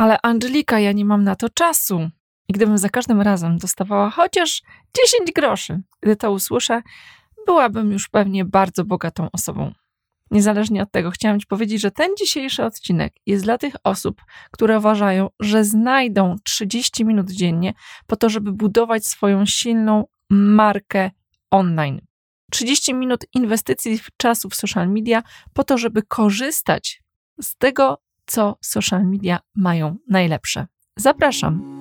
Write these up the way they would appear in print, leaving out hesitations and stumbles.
Ale Angelika, ja nie mam na to czasu. I gdybym za każdym razem dostawała chociaż 10 groszy, gdy to usłyszę, byłabym już pewnie bardzo bogatą osobą. Niezależnie od tego, chciałam Ci powiedzieć, że ten dzisiejszy odcinek jest dla tych osób, które uważają, że znajdą 30 minut dziennie po to, żeby budować swoją silną markę online. 30 minut inwestycji w czasu w social media po to, żeby korzystać z tego, co social media mają najlepsze. Zapraszam.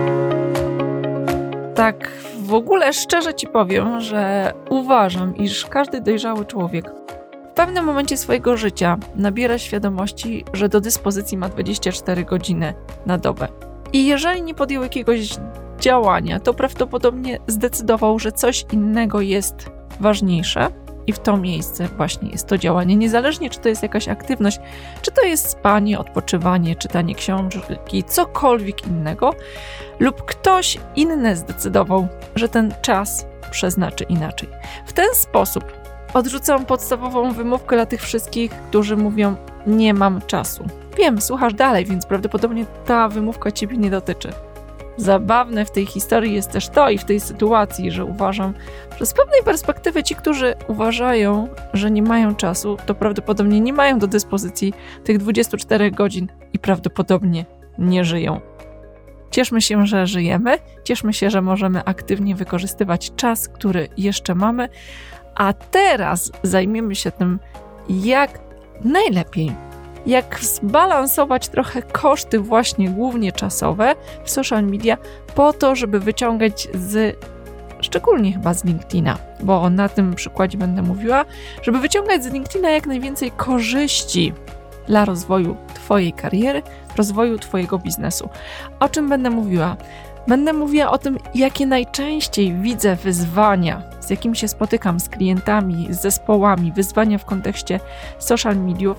Tak w ogóle szczerze Ci powiem, że uważam, iż każdy dojrzały człowiek w pewnym momencie swojego życia nabiera świadomości, że do dyspozycji ma 24 godziny na dobę. I jeżeli nie podjął jakiegoś działania, to prawdopodobnie zdecydował, że coś innego jest ważniejsze i w to miejsce właśnie jest to działanie. Niezależnie, czy to jest jakaś aktywność, czy to jest spanie, odpoczywanie, czytanie książki, cokolwiek innego, lub ktoś inny zdecydował, że ten czas przeznaczy inaczej. W ten sposób odrzucam podstawową wymówkę dla tych wszystkich, którzy mówią: nie mam czasu. Wiem, słuchasz dalej, więc prawdopodobnie ta wymówka Ciebie nie dotyczy. Zabawne w tej historii jest też to i w tej sytuacji, że uważam, że z pewnej perspektywy ci, którzy uważają, że nie mają czasu, to prawdopodobnie nie mają do dyspozycji tych 24 godzin i prawdopodobnie nie żyją. Cieszmy się, że żyjemy, cieszmy się, że możemy aktywnie wykorzystywać czas, który jeszcze mamy, a teraz zajmiemy się tym, jak najlepiej, jak zbalansować trochę koszty właśnie głównie czasowe w social media po to, żeby wyciągać szczególnie chyba z LinkedIna, bo na tym przykładzie będę mówiła, żeby wyciągać z LinkedIna jak najwięcej korzyści dla rozwoju Twojej kariery, rozwoju Twojego biznesu. O czym będę mówiła? Będę mówiła o tym, jakie najczęściej widzę wyzwania, z jakimi się spotykam z klientami, z zespołami, wyzwania w kontekście social mediów,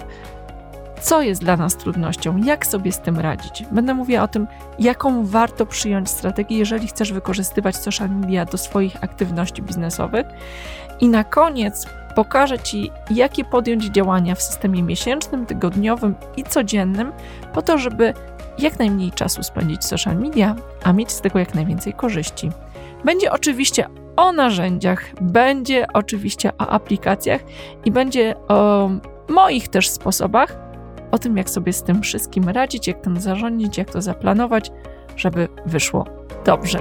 co jest dla nas trudnością, jak sobie z tym radzić. Będę mówiła o tym, jaką warto przyjąć strategię, jeżeli chcesz wykorzystywać social media do swoich aktywności biznesowych. I na koniec pokażę Ci, jakie podjąć działania w systemie miesięcznym, tygodniowym i codziennym, po to, żeby jak najmniej czasu spędzić w social media, a mieć z tego jak najwięcej korzyści. Będzie oczywiście o narzędziach, będzie oczywiście o aplikacjach i będzie o moich też sposobach, o tym, jak sobie z tym wszystkim radzić, jak tym zarządzić, jak to zaplanować, żeby wyszło dobrze.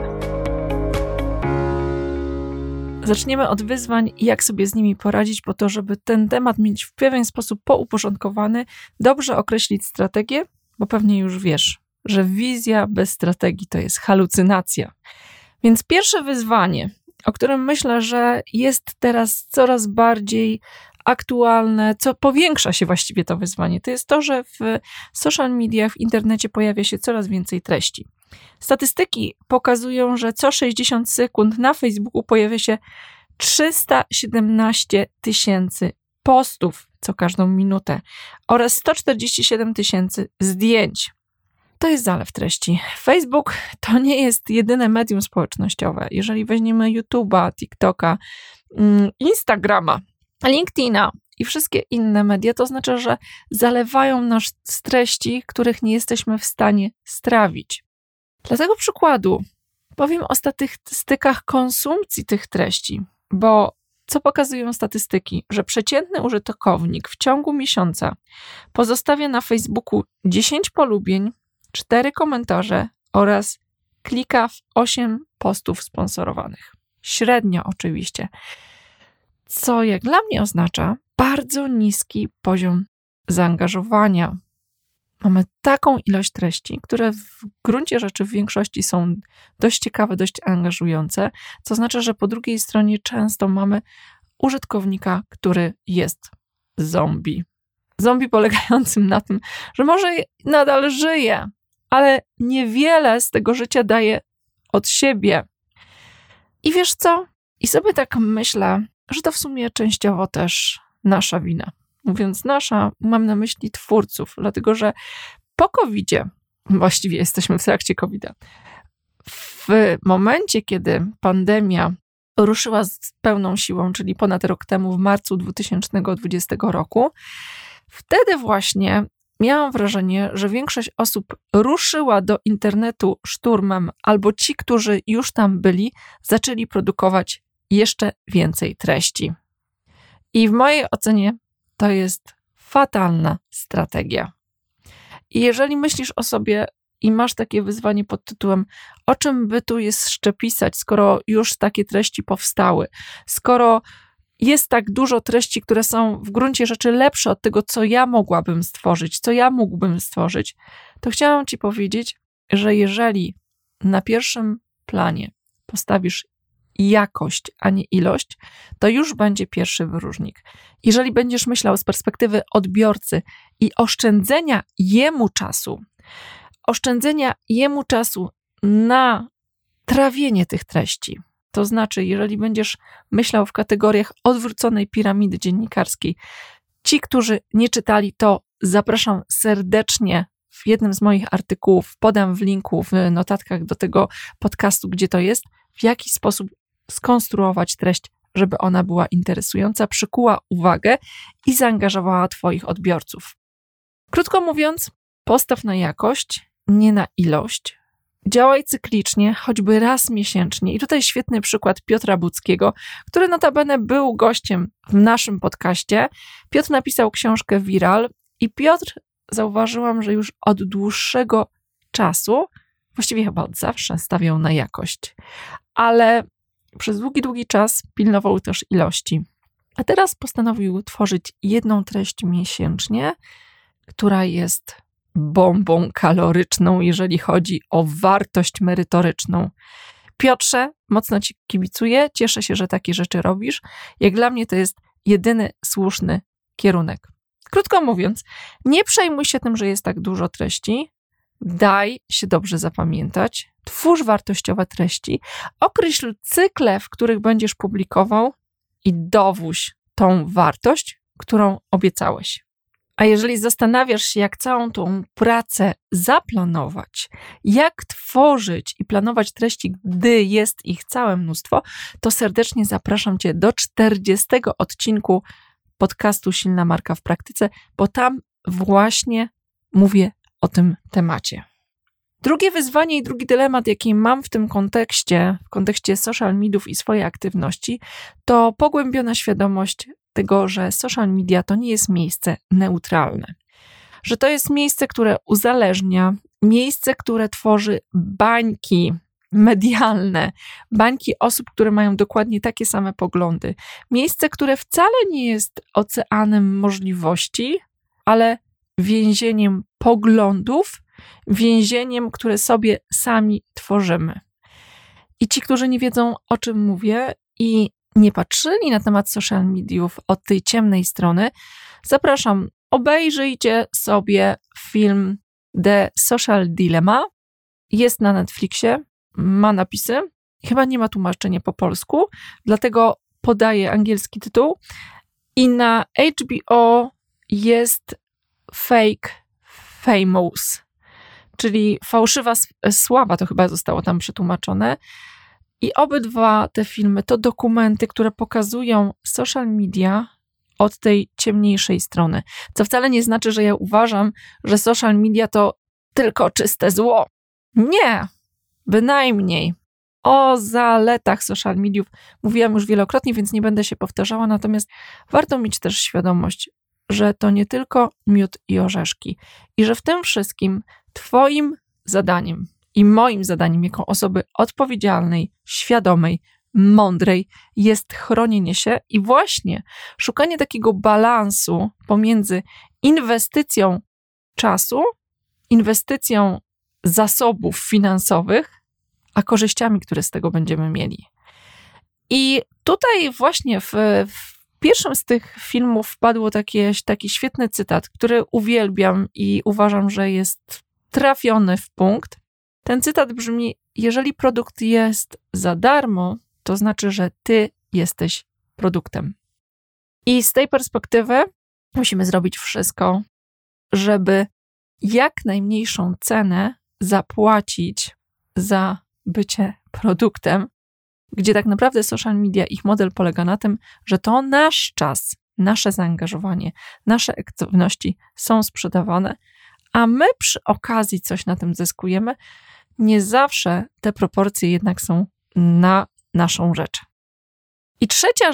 Zaczniemy od wyzwań i jak sobie z nimi poradzić po to, żeby ten temat mieć w pewien sposób pouporządkowany, dobrze określić strategię, bo pewnie już wiesz, że wizja bez strategii to jest halucynacja. Więc pierwsze wyzwanie, o którym myślę, że jest teraz coraz bardziej aktualne, co powiększa się właściwie to wyzwanie, to jest to, że w social media, w internecie pojawia się coraz więcej treści. Statystyki pokazują, że co 60 sekund na Facebooku pojawia się 317 000 postów co każdą minutę oraz 147 000 zdjęć. To jest zalew treści. Facebook to nie jest jedyne medium społecznościowe. Jeżeli weźmiemy YouTube'a, TikToka, Instagrama, LinkedIna i wszystkie inne media, to znaczy, że zalewają nas z treści, których nie jesteśmy w stanie strawić. Dla tego przykładu powiem o statystykach konsumpcji tych treści, bo co pokazują statystyki? Że przeciętny użytkownik w ciągu miesiąca pozostawia na Facebooku 10 polubień, 4 komentarze oraz klika w 8 postów sponsorowanych. Średnio oczywiście. Co jak dla mnie oznacza bardzo niski poziom zaangażowania. Mamy taką ilość treści, które w gruncie rzeczy w większości są dość ciekawe, dość angażujące, co oznacza, że po drugiej stronie często mamy użytkownika, który jest zombie. Zombie polegającym na tym, że może nadal żyje, ale niewiele z tego życia daje od siebie. I wiesz co? I sobie tak myślę, że to w sumie częściowo też nasza wina. Mówiąc nasza, mam na myśli twórców, dlatego że po COVID-zie, właściwie jesteśmy w trakcie COVID-a, w momencie, kiedy pandemia ruszyła z pełną siłą, czyli ponad rok temu, w marcu 2020 roku, wtedy właśnie miałam wrażenie, że większość osób ruszyła do internetu szturmem, albo ci, którzy już tam byli, zaczęli produkować jeszcze więcej treści. I w mojej ocenie to jest fatalna strategia. I jeżeli myślisz o sobie i masz takie wyzwanie pod tytułem, o czym by tu jeszcze pisać, skoro już takie treści powstały, skoro jest tak dużo treści, które są w gruncie rzeczy lepsze od tego, co ja mogłabym stworzyć, co ja mógłbym stworzyć, to chciałam ci powiedzieć, że jeżeli na pierwszym planie postawisz jakość, a nie ilość, to już będzie pierwszy wyróżnik. Jeżeli będziesz myślał z perspektywy odbiorcy i oszczędzenia jemu czasu na trawienie tych treści, to znaczy, jeżeli będziesz myślał w kategoriach odwróconej piramidy dziennikarskiej, ci, którzy nie czytali, to zapraszam serdecznie w jednym z moich artykułów, podam w linku w notatkach do tego podcastu, gdzie to jest, w jaki sposób skonstruować treść, żeby ona była interesująca, przykuła uwagę i zaangażowała twoich odbiorców. Krótko mówiąc, postaw na jakość, nie na ilość. Działaj cyklicznie, choćby raz miesięcznie. I tutaj świetny przykład Piotra Budzkiego, który notabene był gościem w naszym podcaście. Piotr napisał książkę Viral i Piotr, zauważyłam, że już od dłuższego czasu, właściwie chyba od zawsze, stawiał na jakość. Ale przez długi czas pilnował też ilości. A teraz postanowił tworzyć jedną treść miesięcznie, która jest bombą kaloryczną, jeżeli chodzi o wartość merytoryczną. Piotrze, mocno ci kibicuję, cieszę się, że takie rzeczy robisz. Jak dla mnie to jest jedyny słuszny kierunek. Krótko mówiąc, nie przejmuj się tym, że jest tak dużo treści, daj się dobrze zapamiętać, twórz wartościowe treści, określ cykle, w których będziesz publikował i dowóź tą wartość, którą obiecałeś. A jeżeli zastanawiasz się, jak całą tą pracę zaplanować, jak tworzyć i planować treści, gdy jest ich całe mnóstwo, to serdecznie zapraszam cię do 40 odcinku podcastu Silna Marka w Praktyce, bo tam właśnie mówię o tym temacie. Drugie wyzwanie i drugi dylemat, jaki mam w tym kontekście, w kontekście social mediów i swojej aktywności, to pogłębiona świadomość tego, że social media to nie jest miejsce neutralne. Że to jest miejsce, które uzależnia, miejsce, które tworzy bańki medialne, bańki osób, które mają dokładnie takie same poglądy. Miejsce, które wcale nie jest oceanem możliwości, ale więzieniem poglądów, więzieniem, które sobie sami tworzymy. I ci, którzy nie wiedzą, o czym mówię i nie patrzyli na temat social mediów od tej ciemnej strony, zapraszam, obejrzyjcie sobie film The Social Dilemma. Jest na Netflixie, ma napisy, chyba nie ma tłumaczenia po polsku, dlatego podaję angielski tytuł. I na HBO jest Fake Famous, czyli fałszywa sława, to chyba zostało tam przetłumaczone. I obydwa te filmy to dokumenty, które pokazują social media od tej ciemniejszej strony. Co wcale nie znaczy, że ja uważam, że social media to tylko czyste zło. Nie, bynajmniej. O zaletach social mediów mówiłam już wielokrotnie, więc nie będę się powtarzała, natomiast warto mieć też świadomość, że to nie tylko miód i orzeszki i że w tym wszystkim twoim zadaniem i moim zadaniem jako osoby odpowiedzialnej, świadomej, mądrej jest chronienie się i właśnie szukanie takiego balansu pomiędzy inwestycją czasu, inwestycją zasobów finansowych, a korzyściami, które z tego będziemy mieli. I tutaj właśnie w pierwszym z tych filmów wpadło taki świetny cytat, który uwielbiam i uważam, że jest trafiony w punkt. Ten cytat brzmi: jeżeli produkt jest za darmo, to znaczy, że ty jesteś produktem. I z tej perspektywy musimy zrobić wszystko, żeby jak najmniejszą cenę zapłacić za bycie produktem, gdzie tak naprawdę social media, ich model polega na tym, że to nasz czas nasze zaangażowanie, nasze aktywności są sprzedawane, a my przy okazji coś na tym zyskujemy, nie zawsze te proporcje jednak są na naszą rzecz. I trzecia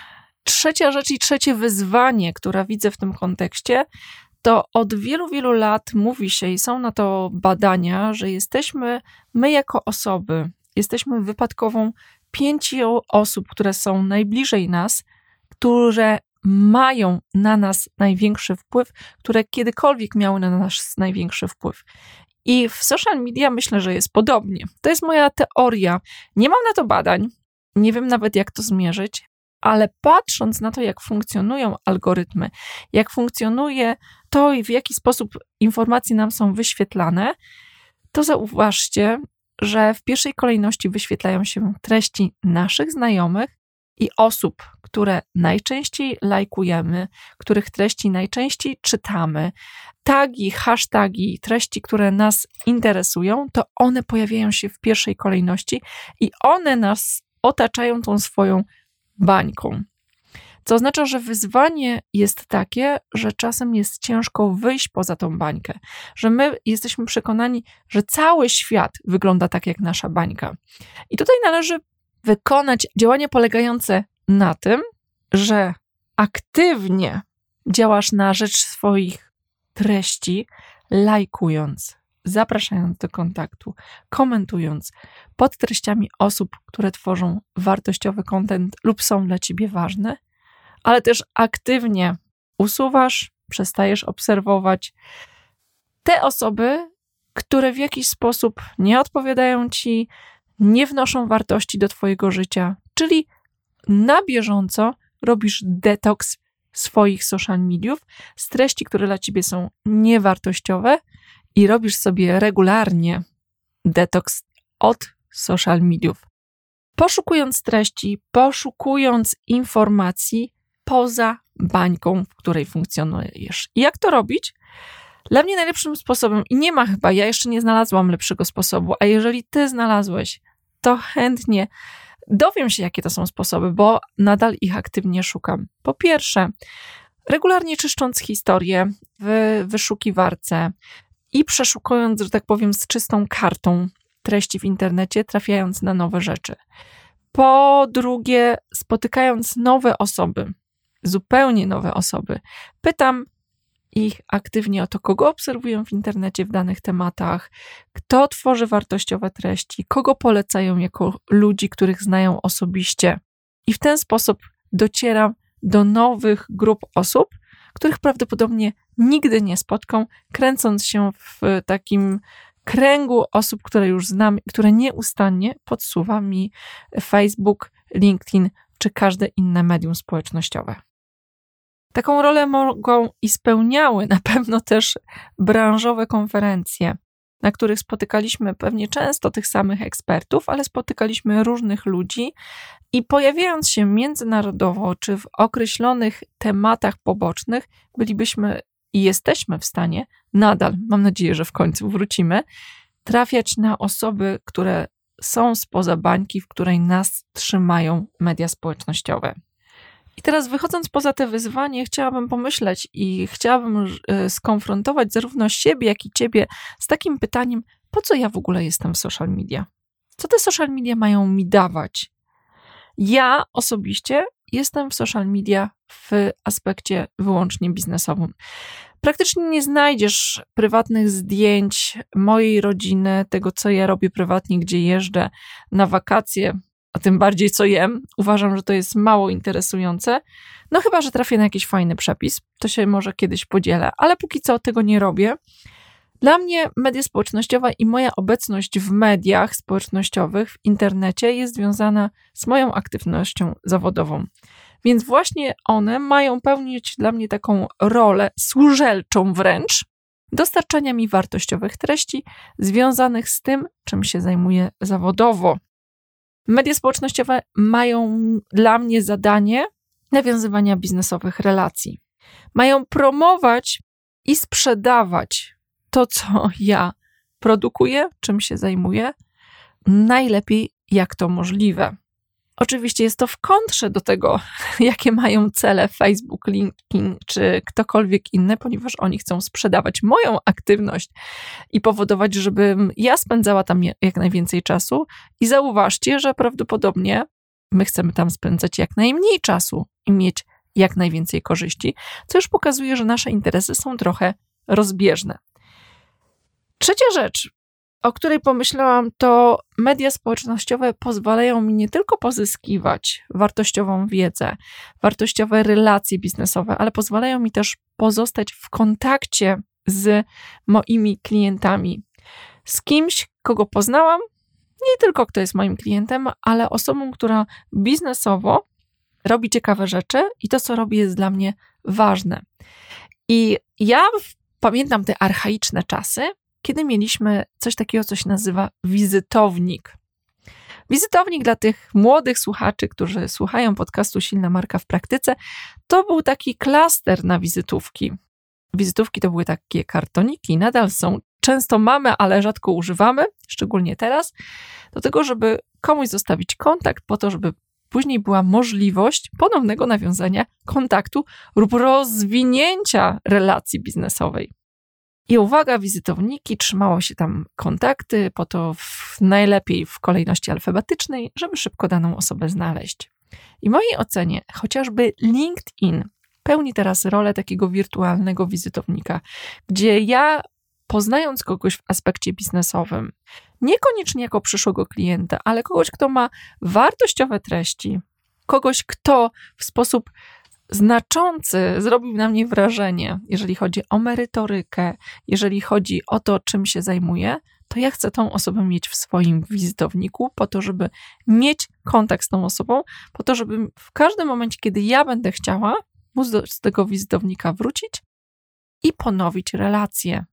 rzecz i trzecie wyzwanie, które widzę w tym kontekście, to od wielu, wielu lat mówi się i są na to badania, że my jako osoby, jesteśmy wypadkową 5 osób, które są najbliżej nas, które mają na nas największy wpływ, które kiedykolwiek miały na nas największy wpływ. I w social media myślę, że jest podobnie. To jest moja teoria. Nie mam na to badań, nie wiem nawet jak to zmierzyć, ale patrząc na to, jak funkcjonują algorytmy, jak funkcjonuje to i w jaki sposób informacje nam są wyświetlane, to zauważcie, że w pierwszej kolejności wyświetlają się treści naszych znajomych i osób, które najczęściej lajkujemy, których treści najczęściej czytamy. Tagi, hasztagi, treści, które nas interesują, to one pojawiają się w pierwszej kolejności i one nas otaczają tą swoją bańką. Co oznacza, że wyzwanie jest takie, że czasem jest ciężko wyjść poza tą bańkę, że my jesteśmy przekonani, że cały świat wygląda tak jak nasza bańka. I tutaj należy wykonać działanie polegające na tym, że aktywnie działasz na rzecz swoich treści, lajkując, zapraszając do kontaktu, komentując pod treściami osób, które tworzą wartościowy content lub są dla ciebie ważne, ale też aktywnie usuwasz, przestajesz obserwować te osoby, które w jakiś sposób nie odpowiadają ci, nie wnoszą wartości do twojego życia, czyli na bieżąco robisz detoks swoich social mediów z treści, które dla ciebie są niewartościowe i robisz sobie regularnie detoks od social mediów. Poszukując treści, poszukując informacji poza bańką, w której funkcjonujesz. I jak to robić? Dla mnie najlepszym sposobem, i nie ma chyba, ja jeszcze nie znalazłam lepszego sposobu, a jeżeli ty znalazłeś, to chętnie dowiem się, jakie to są sposoby, bo nadal ich aktywnie szukam. Po pierwsze, regularnie czyszcząc historię w wyszukiwarce i przeszukując, że tak powiem, z czystą kartą treści w internecie, trafiając na nowe rzeczy. Po drugie, spotykając nowe osoby, zupełnie nowe osoby, pytam ich aktywnie o to, kogo obserwują w internecie w danych tematach, kto tworzy wartościowe treści, kogo polecają jako ludzi, których znają osobiście. I w ten sposób docieram do nowych grup osób, których prawdopodobnie nigdy nie spotkam, kręcąc się w takim kręgu osób, które już znam, które nieustannie podsuwa mi Facebook, LinkedIn czy każde inne medium społecznościowe. Taką rolę mogą i spełniały na pewno też branżowe konferencje, na których spotykaliśmy pewnie często tych samych ekspertów, ale spotykaliśmy różnych ludzi i pojawiając się międzynarodowo czy w określonych tematach pobocznych, bylibyśmy i jesteśmy w stanie nadal, mam nadzieję, że w końcu wrócimy, trafiać na osoby, które są spoza bańki, w której nas trzymają media społecznościowe. I teraz wychodząc poza te wyzwanie, chciałabym pomyśleć i chciałabym skonfrontować zarówno siebie, jak i ciebie z takim pytaniem, po co ja w ogóle jestem w social media? Co te social media mają mi dawać? Ja osobiście jestem w social media w aspekcie wyłącznie biznesowym. Praktycznie nie znajdziesz prywatnych zdjęć mojej rodziny, tego co ja robię prywatnie, gdzie jeżdżę na wakacje, a tym bardziej co jem. Uważam, że to jest mało interesujące. No chyba, że trafię na jakiś fajny przepis, to się może kiedyś podzielę, ale póki co tego nie robię. Dla mnie media społecznościowe i moja obecność w mediach społecznościowych, w internecie jest związana z moją aktywnością zawodową. Więc właśnie one mają pełnić dla mnie taką rolę służelczą wręcz, dostarczania mi wartościowych treści związanych z tym, czym się zajmuję zawodowo. Media społecznościowe mają dla mnie zadanie nawiązywania biznesowych relacji. Mają promować i sprzedawać to, co ja produkuję, czym się zajmuję, najlepiej jak to możliwe. Oczywiście jest to w kontrze do tego, jakie mają cele Facebook, LinkedIn czy ktokolwiek inny, ponieważ oni chcą sprzedawać moją aktywność i powodować, żebym ja spędzała tam jak najwięcej czasu. I zauważcie, że prawdopodobnie my chcemy tam spędzać jak najmniej czasu i mieć jak najwięcej korzyści, co już pokazuje, że nasze interesy są trochę rozbieżne. Trzecia rzecz, o której pomyślałam, to media społecznościowe pozwalają mi nie tylko pozyskiwać wartościową wiedzę, wartościowe relacje biznesowe, ale pozwalają mi też pozostać w kontakcie z moimi klientami. Z kimś, kogo poznałam, nie tylko kto jest moim klientem, ale osobą, która biznesowo robi ciekawe rzeczy i to, co robi, jest dla mnie ważne. I ja pamiętam te archaiczne czasy, kiedy mieliśmy coś takiego, co się nazywa wizytownik. Wizytownik dla tych młodych słuchaczy, którzy słuchają podcastu Silna Marka w Praktyce, to był taki klaster na wizytówki. Wizytówki to były takie kartoniki, nadal są. Często mamy, ale rzadko używamy, szczególnie teraz, do tego, żeby komuś zostawić kontakt, po to, żeby później była możliwość ponownego nawiązania kontaktu lub rozwinięcia relacji biznesowej. I uwaga, wizytowniki, trzymało się tam kontakty, po to najlepiej w kolejności alfabetycznej, żeby szybko daną osobę znaleźć. I w mojej ocenie chociażby LinkedIn pełni teraz rolę takiego wirtualnego wizytownika, gdzie ja, poznając kogoś w aspekcie biznesowym, niekoniecznie jako przyszłego klienta, ale kogoś, kto ma wartościowe treści, kogoś, kto w sposób znaczący zrobił na mnie wrażenie, jeżeli chodzi o merytorykę, jeżeli chodzi o to, czym się zajmuje, to ja chcę tą osobę mieć w swoim wizytowniku po to, żeby mieć kontakt z tą osobą, po to, żeby w każdym momencie, kiedy ja będę chciała, móc do tego wizytownika wrócić i ponowić relacje.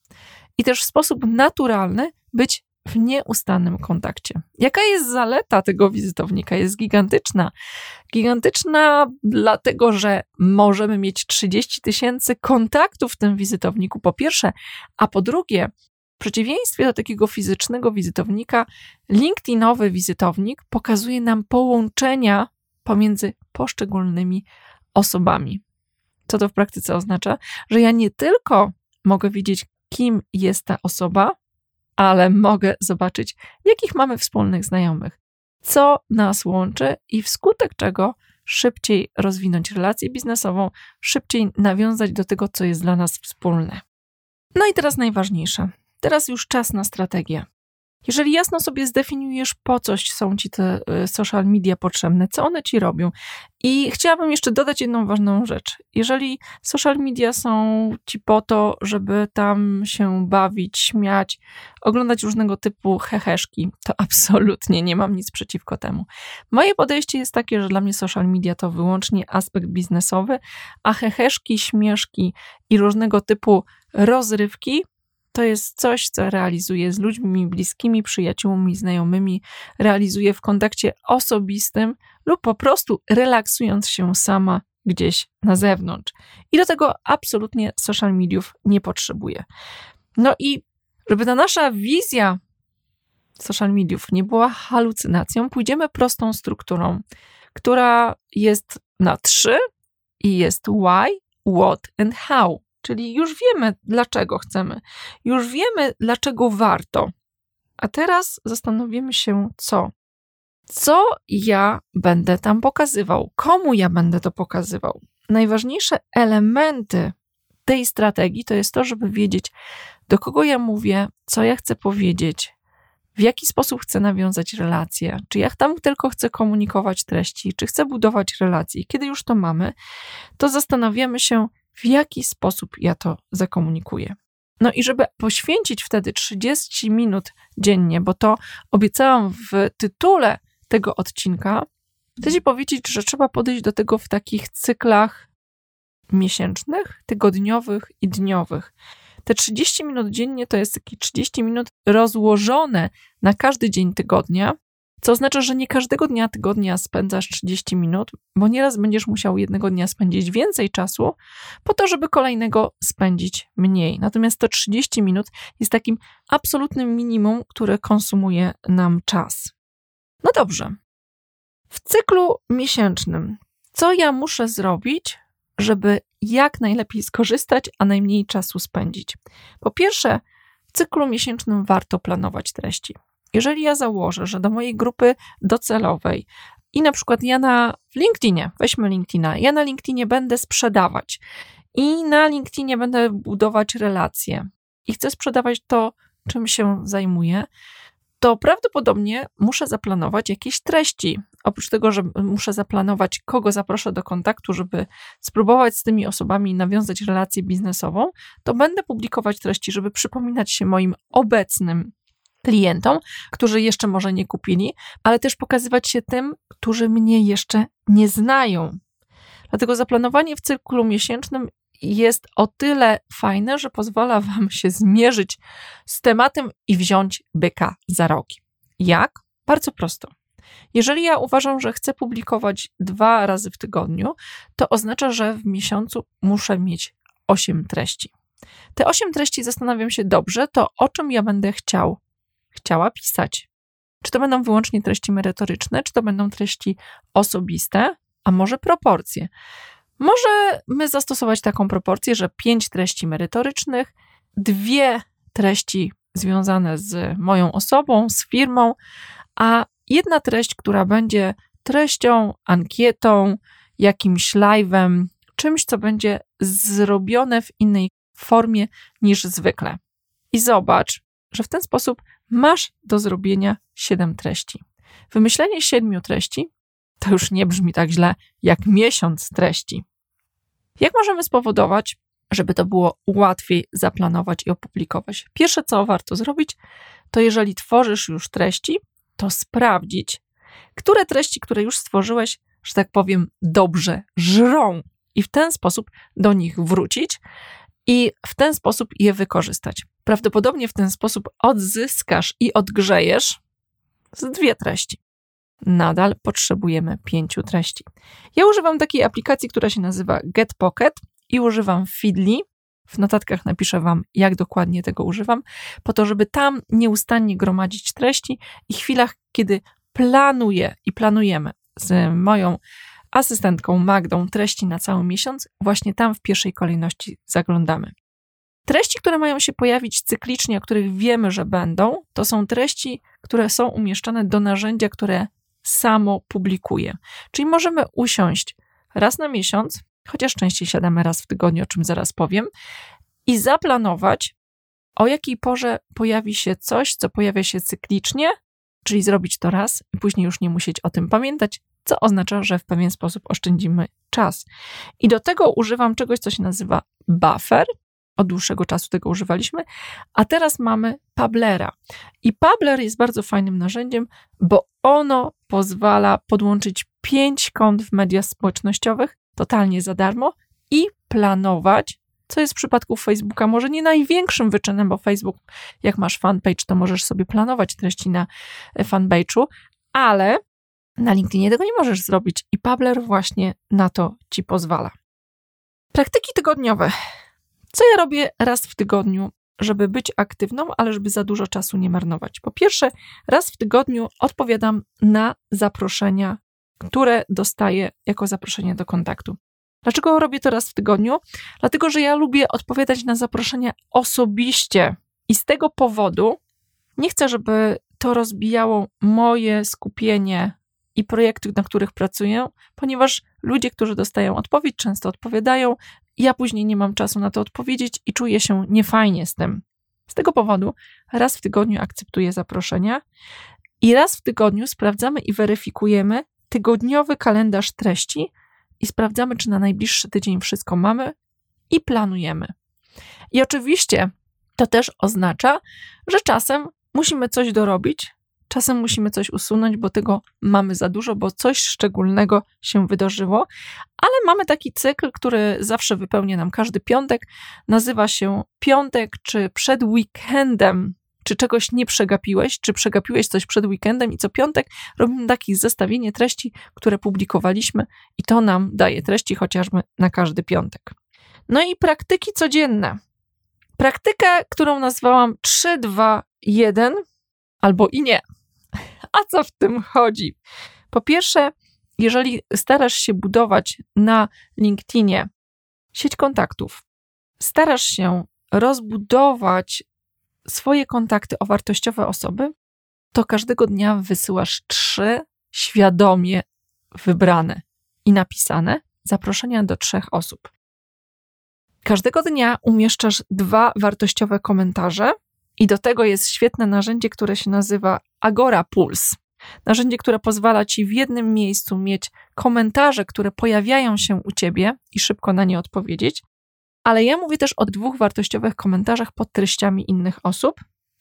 I też w sposób naturalny być w nieustannym kontakcie. Jaka jest zaleta tego wizytownika? Jest gigantyczna. Gigantyczna dlatego, że możemy mieć 30 000 kontaktów w tym wizytowniku, po pierwsze, a po drugie, w przeciwieństwie do takiego fizycznego wizytownika, LinkedInowy wizytownik pokazuje nam połączenia pomiędzy poszczególnymi osobami. Co to w praktyce oznacza? Że ja nie tylko mogę wiedzieć, kim jest ta osoba, ale mogę zobaczyć, jakich mamy wspólnych znajomych, co nas łączy i wskutek czego szybciej rozwinąć relację biznesową, szybciej nawiązać do tego, co jest dla nas wspólne. No i teraz najważniejsze. Teraz już czas na strategię. Jeżeli jasno sobie zdefiniujesz, po coś są ci te social media potrzebne, co one ci robią. I chciałabym jeszcze dodać jedną ważną rzecz. Jeżeli social media są ci po to, żeby tam się bawić, śmiać, oglądać różnego typu heheszki, to absolutnie nie mam nic przeciwko temu. Moje podejście jest takie, że dla mnie social media to wyłącznie aspekt biznesowy, a heheszki, śmieszki i różnego typu rozrywki to jest coś, co realizuję z ludźmi bliskimi, przyjaciółmi, znajomymi, realizuję w kontakcie osobistym lub po prostu relaksując się sama gdzieś na zewnątrz. I do tego absolutnie social mediów nie potrzebuję. No i żeby ta nasza wizja social mediów nie była halucynacją, pójdziemy prostą strukturą, która jest na 3 i jest why, what and how. Czyli już wiemy, dlaczego chcemy. Już wiemy, dlaczego warto. A teraz zastanowimy się, co. Co ja będę tam pokazywał? Komu ja będę to pokazywał? Najważniejsze elementy tej strategii to jest to, żeby wiedzieć, do kogo ja mówię, co ja chcę powiedzieć, w jaki sposób chcę nawiązać relacje, czy ja tam tylko chcę komunikować treści, czy chcę budować relacje. Kiedy już to mamy, to zastanawiamy się, w jaki sposób ja to zakomunikuję. No i żeby poświęcić wtedy 30 minut dziennie, bo to obiecałam w tytule tego odcinka, chcę ci powiedzieć, że trzeba podejść do tego w takich cyklach miesięcznych, tygodniowych i dniowych. Te 30 minut dziennie to jest takie 30 minut rozłożone na każdy dzień tygodnia, co oznacza, że nie każdego dnia tygodnia spędzasz 30 minut, bo nieraz będziesz musiał jednego dnia spędzić więcej czasu, po to, żeby kolejnego spędzić mniej. Natomiast to 30 minut jest takim absolutnym minimum, które konsumuje nam czas. No dobrze. W cyklu miesięcznym, co ja muszę zrobić, żeby jak najlepiej skorzystać, a najmniej czasu spędzić? Po pierwsze, w cyklu miesięcznym warto planować treści. Jeżeli ja założę, że do mojej grupy docelowej i na przykład w LinkedInie, weźmy LinkedIna, ja na LinkedInie będę sprzedawać i na LinkedInie będę budować relacje i chcę sprzedawać to, czym się zajmuję, to prawdopodobnie muszę zaplanować jakieś treści. Oprócz tego, że muszę zaplanować, kogo zaproszę do kontaktu, żeby spróbować z tymi osobami nawiązać relację biznesową, to będę publikować treści, żeby przypominać się moim obecnym klientom, którzy jeszcze może nie kupili, ale też pokazywać się tym, którzy mnie jeszcze nie znają. Dlatego zaplanowanie w cyklu miesięcznym jest o tyle fajne, że pozwala wam się zmierzyć z tematem i wziąć byka za rogi. Jak? Bardzo prosto. Jeżeli ja uważam, że chcę publikować 2 razy w tygodniu, to oznacza, że w miesiącu muszę mieć 8 treści. Te 8 treści, zastanawiam się dobrze, to o czym ja będę chciała pisać. Czy to będą wyłącznie treści merytoryczne, czy to będą treści osobiste, a może proporcje. Możemy zastosować taką proporcję, że 5 treści merytorycznych, 2 treści związane z moją osobą, z firmą, a 1 treść, która będzie treścią, ankietą, jakimś live'em, czymś, co będzie zrobione w innej formie niż zwykle. I zobacz, że w ten sposób masz do zrobienia 7 treści. Wymyślenie 7 treści to już nie brzmi tak źle jak miesiąc treści. Jak możemy spowodować, żeby to było łatwiej zaplanować i opublikować? Pierwsze, co warto zrobić, to jeżeli tworzysz już treści, to sprawdzić, które treści, które już stworzyłeś, że tak powiem, dobrze żrą i w ten sposób do nich wrócić i w ten sposób je wykorzystać. Prawdopodobnie w ten sposób odzyskasz i odgrzejesz z 2 treści. Nadal potrzebujemy 5 treści. Ja używam takiej aplikacji, która się nazywa GetPocket i używam Feedly. W notatkach napiszę wam, jak dokładnie tego używam, po to, żeby tam nieustannie gromadzić treści i w chwilach, kiedy planuję i planujemy z moją asystentką Magdą treści na cały miesiąc, właśnie tam w pierwszej kolejności zaglądamy. Treści, które mają się pojawić cyklicznie, o których wiemy, że będą, to są treści, które są umieszczane do narzędzia, które samo publikuje. Czyli możemy usiąść raz na miesiąc, chociaż częściej siadamy raz w tygodniu, o czym zaraz powiem, i zaplanować, o jakiej porze pojawi się coś, co pojawia się cyklicznie, czyli zrobić to raz i później już nie musieć o tym pamiętać, co oznacza, że w pewien sposób oszczędzimy czas. I do tego używam czegoś, co się nazywa Buffer. Od dłuższego czasu tego używaliśmy, a teraz mamy Pubblera. I Pubbler jest bardzo fajnym narzędziem, bo ono pozwala podłączyć 5 kont w mediach społecznościowych totalnie za darmo i planować, co jest w przypadku Facebooka może nie największym wyczynem, bo Facebook, jak masz fanpage, to możesz sobie planować treści na fanpage'u, ale na LinkedInie tego nie możesz zrobić i Pubbler właśnie na to ci pozwala. Praktyki tygodniowe. Co ja robię raz w tygodniu, żeby być aktywną, ale żeby za dużo czasu nie marnować? Po pierwsze, raz w tygodniu odpowiadam na zaproszenia, które dostaję jako zaproszenie do kontaktu. Dlaczego robię to raz w tygodniu? Dlatego, że ja lubię odpowiadać na zaproszenia osobiście i z tego powodu nie chcę, żeby to rozbijało moje skupienie i projekty, na których pracuję, ponieważ ludzie, którzy dostają odpowiedź, często odpowiadają, ja później nie mam czasu na to odpowiedzieć i czuję się niefajnie z tym. Z tego powodu raz w tygodniu akceptuję zaproszenia i raz w tygodniu sprawdzamy i weryfikujemy tygodniowy kalendarz treści i sprawdzamy, czy na najbliższy tydzień wszystko mamy i planujemy. I oczywiście to też oznacza, że czasem musimy coś dorobić, czasem musimy coś usunąć, bo tego mamy za dużo, bo coś szczególnego się wydarzyło, ale mamy taki cykl, który zawsze wypełnia nam każdy piątek. Nazywa się piątek, czy przed weekendem, czy czegoś nie przegapiłeś, czy przegapiłeś coś przed weekendem i co piątek robimy takie zestawienie treści, które publikowaliśmy i to nam daje treści chociażby na każdy piątek. No i praktyki codzienne. Praktykę, którą nazwałam 3, 2, 1 albo i nie. A co w tym chodzi? Po pierwsze, jeżeli starasz się budować na LinkedInie sieć kontaktów, starasz się rozbudować swoje kontakty o wartościowe osoby, to każdego dnia wysyłasz 3 świadomie wybrane i napisane zaproszenia do 3 osób. Każdego dnia umieszczasz 2 wartościowe komentarze i do tego jest świetne narzędzie, które się nazywa Agora Pulse. Narzędzie, które pozwala ci w jednym miejscu mieć komentarze, które pojawiają się u ciebie i szybko na nie odpowiedzieć, ale ja mówię też o 2 wartościowych komentarzach pod treściami innych osób.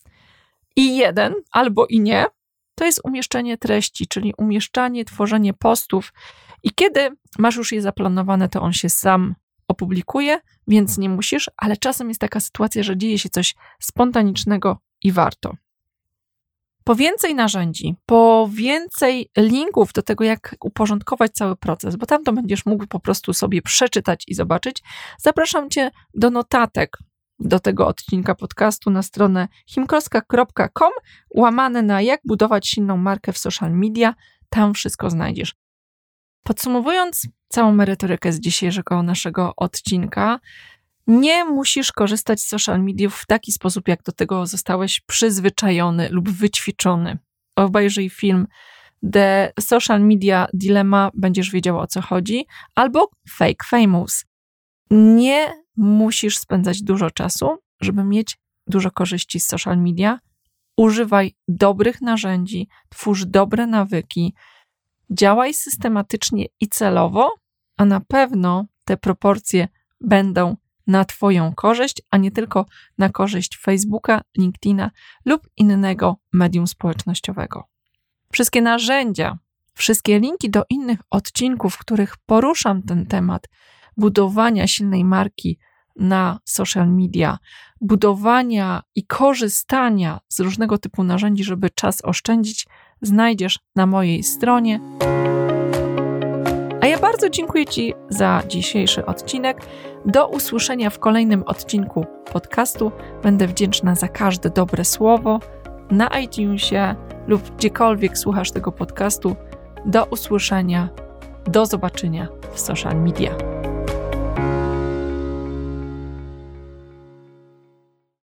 I 1 albo i nie, to jest umieszczenie treści, czyli umieszczanie, tworzenie postów i kiedy masz już je zaplanowane, to on się sam opublikuje, więc nie musisz, ale czasem jest taka sytuacja, że dzieje się coś spontanicznego i warto. Po więcej narzędzi, po więcej linków do tego, jak uporządkować cały proces, bo tam to będziesz mógł po prostu sobie przeczytać i zobaczyć, zapraszam cię do notatek do tego odcinka podcastu na stronę chimkowska.com / jak budować silną markę w social media. Tam wszystko znajdziesz. Podsumowując całą merytorykę z dzisiejszego naszego odcinka, nie musisz korzystać z social mediów w taki sposób, jak do tego zostałeś przyzwyczajony lub wyćwiczony. Obejrzyj film The Social Media Dilemma, będziesz wiedział, o co chodzi, albo Fake Famous. Nie musisz spędzać dużo czasu, żeby mieć dużo korzyści z social media. Używaj dobrych narzędzi, twórz dobre nawyki, działaj systematycznie i celowo, a na pewno te proporcje będą na twoją korzyść, a nie tylko na korzyść Facebooka, LinkedIna lub innego medium społecznościowego. Wszystkie narzędzia, wszystkie linki do innych odcinków, w których poruszam ten temat budowania silnej marki na social media, budowania i korzystania z różnego typu narzędzi, żeby czas oszczędzić, znajdziesz na mojej stronie. A ja bardzo dziękuję Ci za dzisiejszy odcinek. Do usłyszenia w kolejnym odcinku podcastu. Będę wdzięczna za każde dobre słowo na iTunesie lub gdziekolwiek słuchasz tego podcastu. Do usłyszenia, do zobaczenia w social media.